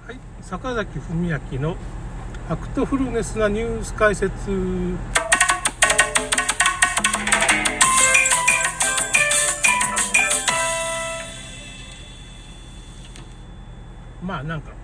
はい、坂崎文明のファクトフルネスなニュース解説。なんか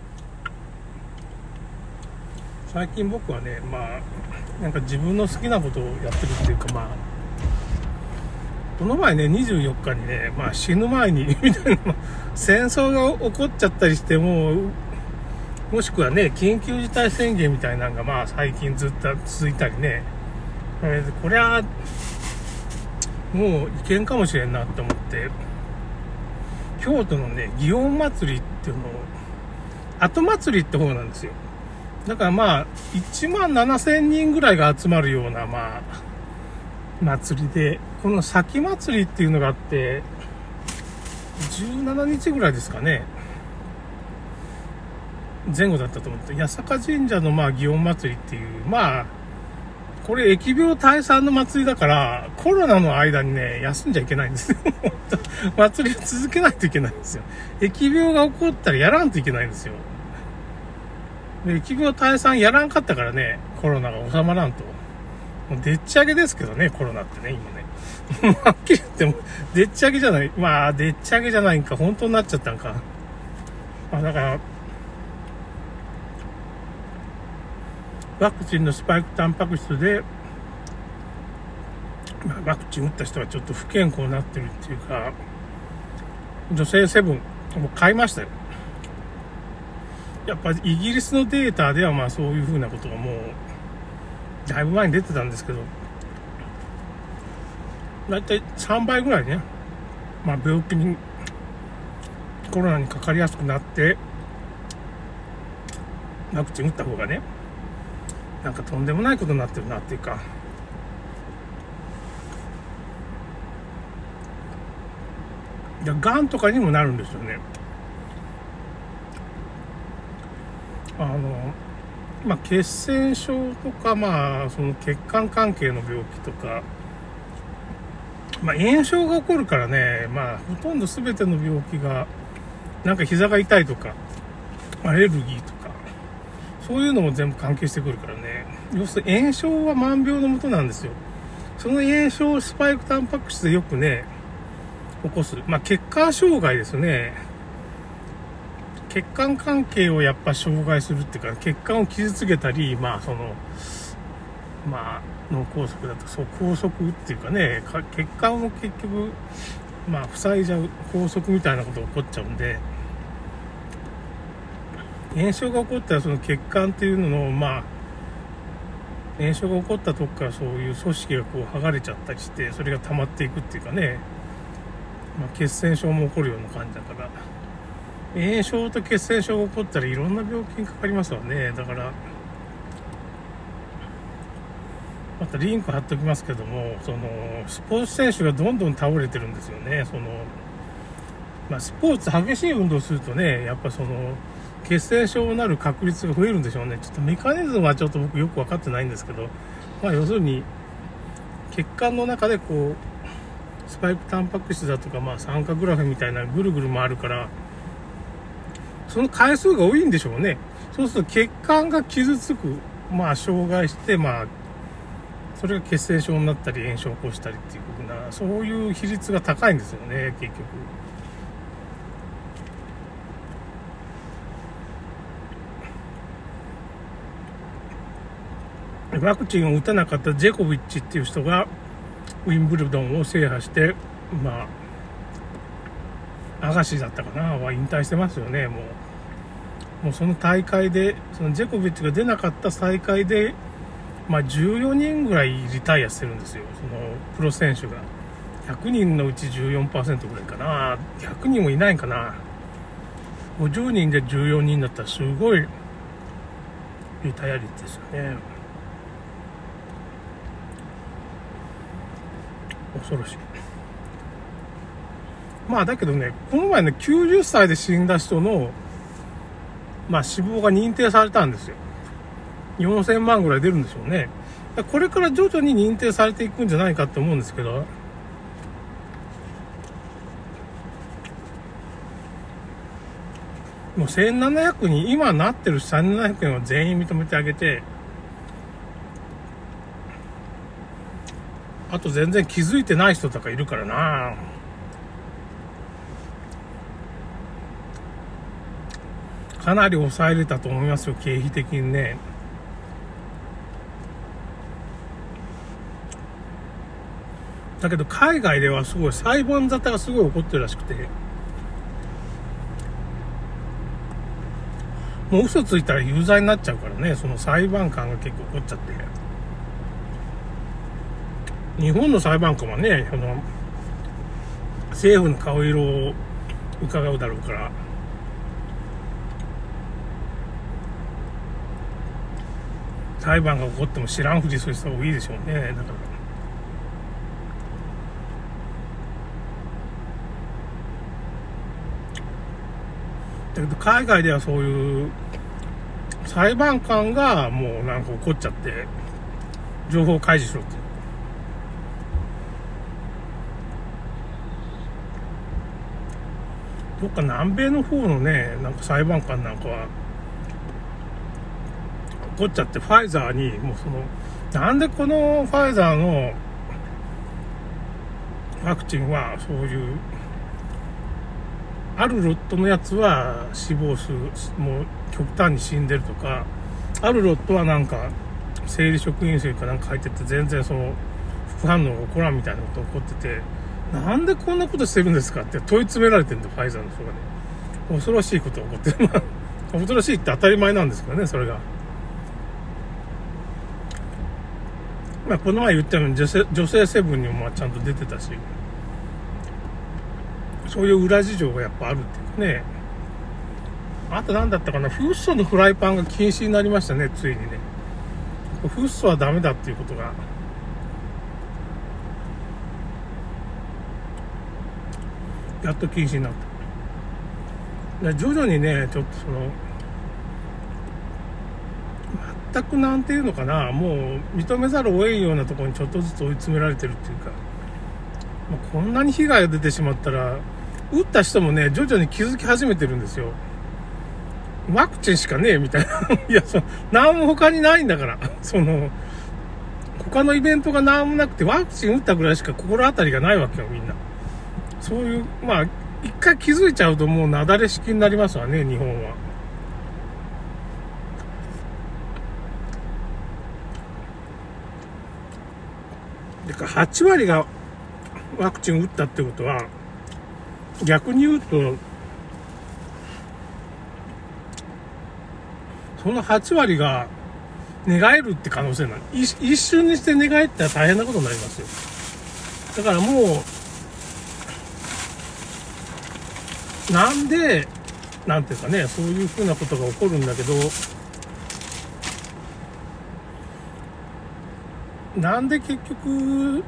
最近僕はね、なんか自分の好きなことをやってるっていうか、この前ね24日にね、死ぬ前にみたいな戦争が起こっちゃったりしてもしくはね緊急事態宣言みたいなのが最近ずっと続いたりね、これはもういけんかもしれんなって思って、京都のね祇園祭りっていうのを後祭りって方なんですよ。だから1万7000人ぐらいが集まるような祭りで、この先祭りっていうのがあって17日ぐらいですかね前後だったと思って、八坂神社の祇園祭りっていうこれ疫病退散の祭りだからコロナの間にね休んじゃいけないんですよ祭りを続けないといけないんですよ。疫病が起こったらやらんといけないんですよ。で疫病退散やらんかったからね、コロナが収まらんと。もうでっち上げですけどね、コロナってね今ねはっきり言ってもでっち上げじゃない、でっち上げじゃないんか本当になっちゃったんか。だからワクチンのスパイクタンパク質で、ワクチン打った人はちょっと不健康になってるっていうか、女性7もう買いましたよ。やっぱりイギリスのデータではそういう風なことがもうだいぶ前に出てたんですけど、だいたい3倍ぐらいね、病気にコロナにかかりやすくなってワクチン打った方がね、なんかとんでもないことになってるなっていうか、がんとかにもなるんですよね。血栓症とかその血管関係の病気とか、炎症が起こるからね、ほとんど全ての病気がなんか膝が痛いとかアレルギーとかそういうのも全部関係してくるからね。要するに炎症は万病のもとなんですよ。その炎症をスパイクタンパク質でよくね起こす、血管障害ですね。血管関係をやっぱ障害するっていうか、血管を傷つけたり、脳梗塞だと梗塞っていうかね、血管を結局塞いじゃう梗塞みたいなことが起こっちゃうんで、炎症が起こったらその血管っていうのの炎症が起こったとこからそういう組織が剥がれちゃったりして、それが溜まっていくっていうかね、血栓症も起こるような感じだから、炎症と血栓症が起こったらいろんな病気にかかりますわね。だからまたリンク貼っておきますけども、そのスポーツ選手がどんどん倒れてるんですよね。スポーツ激しい運動するとね、やっぱ血栓症になる確率が増えるんでしょうね。ちょっとメカニズムはちょっと僕よく分かってないんですけど、要するに血管の中でスパイクタンパク質だとか酸化グラフみたいなぐるぐる回るから、その回数が多いんでしょうね。そうすると血管が傷つく、障害して、それが血栓症になったり炎症を起こしたりっていう風な、そういう比率が高いんですよね、結局。ワクチンを打たなかったジェコビッチっていう人がウィンブルドンを制覇して、アガシだったかなは引退してますよね。もうその大会で、そのジェコビッチが出なかった大会で14人ぐらいリタイアしてるんですよ、そのプロ選手が。100人のうち 14% ぐらいかな、100人もいないかな。50人で14人だったらすごいリタイア率ですよね。恐ろしい。だけどね、この前ね90歳で死んだ人の死亡が認定されたんですよ。4000万ぐらい出るんでしょうね。これから徐々に認定されていくんじゃないかと思うんですけど、 もう1700人、今なってる1700人を全員認めてあげて、あと全然気づいてない人とかいるからな。かなり抑えれたと思いますよ、経費的にね。だけど海外ではすごい裁判沙汰がすごい起こってるらしくて、もう嘘ついたら有罪になっちゃうからね、その裁判官が結構怒っちゃって。日本の裁判官はね、政府の顔色を伺うだろうから、裁判が起こっても知らんふりする人が多いでしょうね。だからだけど海外ではそういう裁判官がもうなんか怒っちゃって情報開示しろって、どっか南米の方のね、なんか裁判官なんかは怒っちゃって、ファイザーにもうなんでこのファイザーのワクチンはそういうあるロットのやつは死亡数もう極端に死んでるとか、あるロットはなんか生理食塩水かなんか入ってて全然その副反応が起こらんみたいなことが起こってて、なんでこんなことしてるんですかって問い詰められてるんだ、ファイザーの人がね。恐ろしいことが起こってる。恐ろしいって当たり前なんですけどね、それが。まあこの前言ったように女性セブンにもちゃんと出てたし、そういう裏事情がやっぱあるっていうね。あと何だったかな、フッ素のフライパンが禁止になりましたね、ついにね。フッ素はダメだっていうことがやっと禁止になった。徐々にね、ちょっと全くなんていうのかな、もう認めざるを得んようなところにちょっとずつ追い詰められてるっていうか、こんなに被害が出てしまったら、打った人もね、徐々に気づき始めてるんですよ。ワクチンしかねえみたいな。いや、何も他にないんだから。他のイベントが何もなくて、ワクチン打ったぐらいしか心当たりがないわけよ、みんな。そういう、まあ、一回気づいちゃうともう雪崩式になりますわね、日本は。だから8割がワクチン打ったってことは、逆に言うと、その8割が寝返るって可能性なの。一瞬にして寝返ったら大変なことになりますよ。だからもう、なんで、なんていうかね、そういうふうなことが起こるんだけど、なんで結局、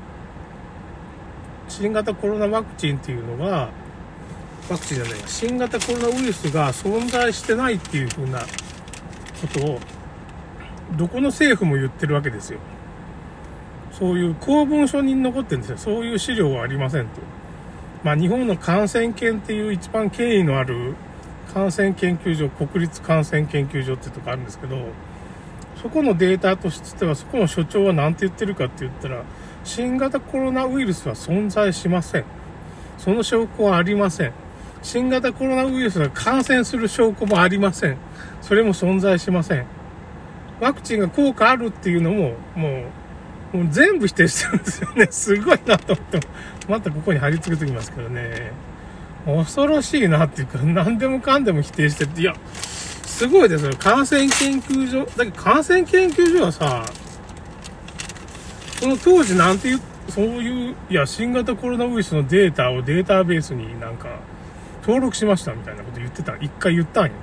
新型コロナワクチンっていうのが、新型コロナウイルスが存在してないっていうふうなことを、どこの政府も言ってるわけですよ。そういう公文書に残ってるんですよ。そういう資料はありませんと。まあ日本の感染研っていう一番権威のある感染研究所、国立感染研究所っていうとこあるんですけど、そこのデータとしては、そこの所長は何て言ってるかって言ったら、新型コロナウイルスは存在しません。その証拠はありません。新型コロナウイルスが感染する証拠もありません。それも存在しません。ワクチンが効果あるっていうのも、もう全部否定してるんですよね。すごいなと思って、またここに貼り付けておきますけどね。恐ろしいなっていうか、何でもかんでも否定してって、いや、すごいですよ。感染研究所、だけど感染研究所はさ、その当時なんていう、そういう、いや、新型コロナウイルスのデータをデータベースになんか登録しましたみたいなこと言ってた。一回言ったんよ。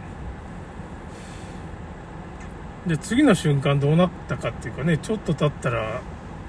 で、次の瞬間どうなったかっていうかね、ちょっと経ったら、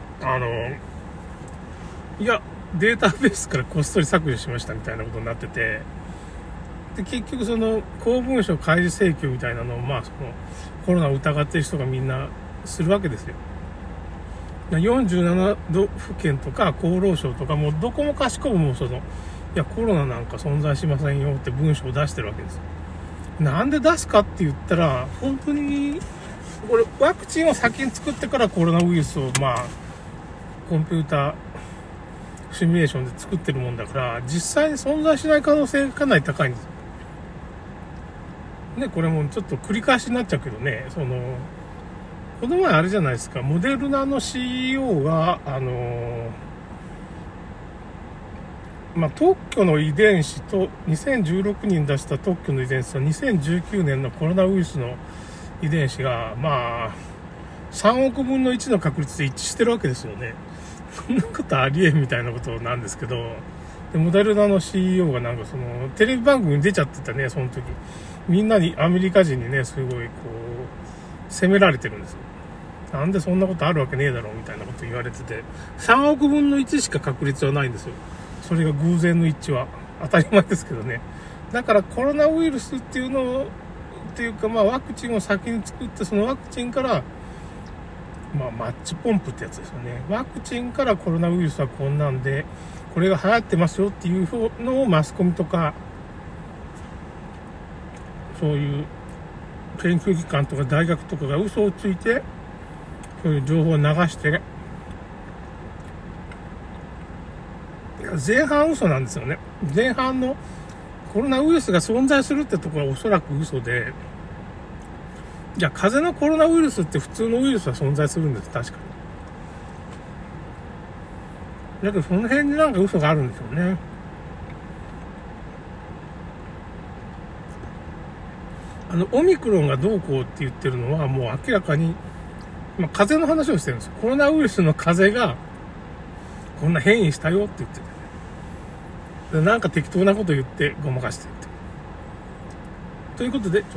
いや、データベースからこっそり削除しましたみたいなことになってて、で、結局その公文書開示請求みたいなのを、まあコロナを疑ってる人がみんなするわけですよ。47都府県とか厚労省とかもうどこもかしこもいやコロナなんか存在しませんよって文書を出してるわけですよ。 なんで出すかって言ったら、本当に、これワクチンを先に作ってからコロナウイルスをコンピューターシミュレーションで作ってるもんだから、実際に存在しない可能性がかなり高いんですよ。ね、これもちょっと繰り返しになっちゃうけどね、この前あれじゃないですか、モデルナの CEO が、特許の遺伝子と、2016年出した特許の遺伝子と、2019年のコロナウイルスの遺伝子が、3億分の1の確率で一致してるわけですよね。そんなことありえんみたいなことなんですけど、でモデルナの CEO がテレビ番組に出ちゃってたね、その時。みんなに、アメリカ人にね、すごい責められてるんですよ。なんでそんなことあるわけねえだろうみたいなこと言われてて、3億分の1しか確率はないんですよ。それが偶然の一致は。当たり前ですけどね。だからコロナウイルスっていうのを、ワクチンを先に作って、そのワクチンから、マッチポンプってやつですよね。ワクチンからコロナウイルスはこんなんで、これが流行ってますよっていうのをマスコミとか、そういう研究機関とか大学とかが嘘をついて、そういう情報を流して、前半嘘なんですよね。前半のコロナウイルスが存在するってところはおそらく嘘で、いや、風邪のコロナウイルスって普通のウイルスは存在するんです、確かに。だけどその辺に嘘があるんですよね。オミクロンがどうこうって言ってるのはもう明らかに、風邪の話をしてるんですよ。コロナウイルスの風邪がこんな変異したよって言ってて、適当なこと言ってごまかしてるって。ということで、ちょっ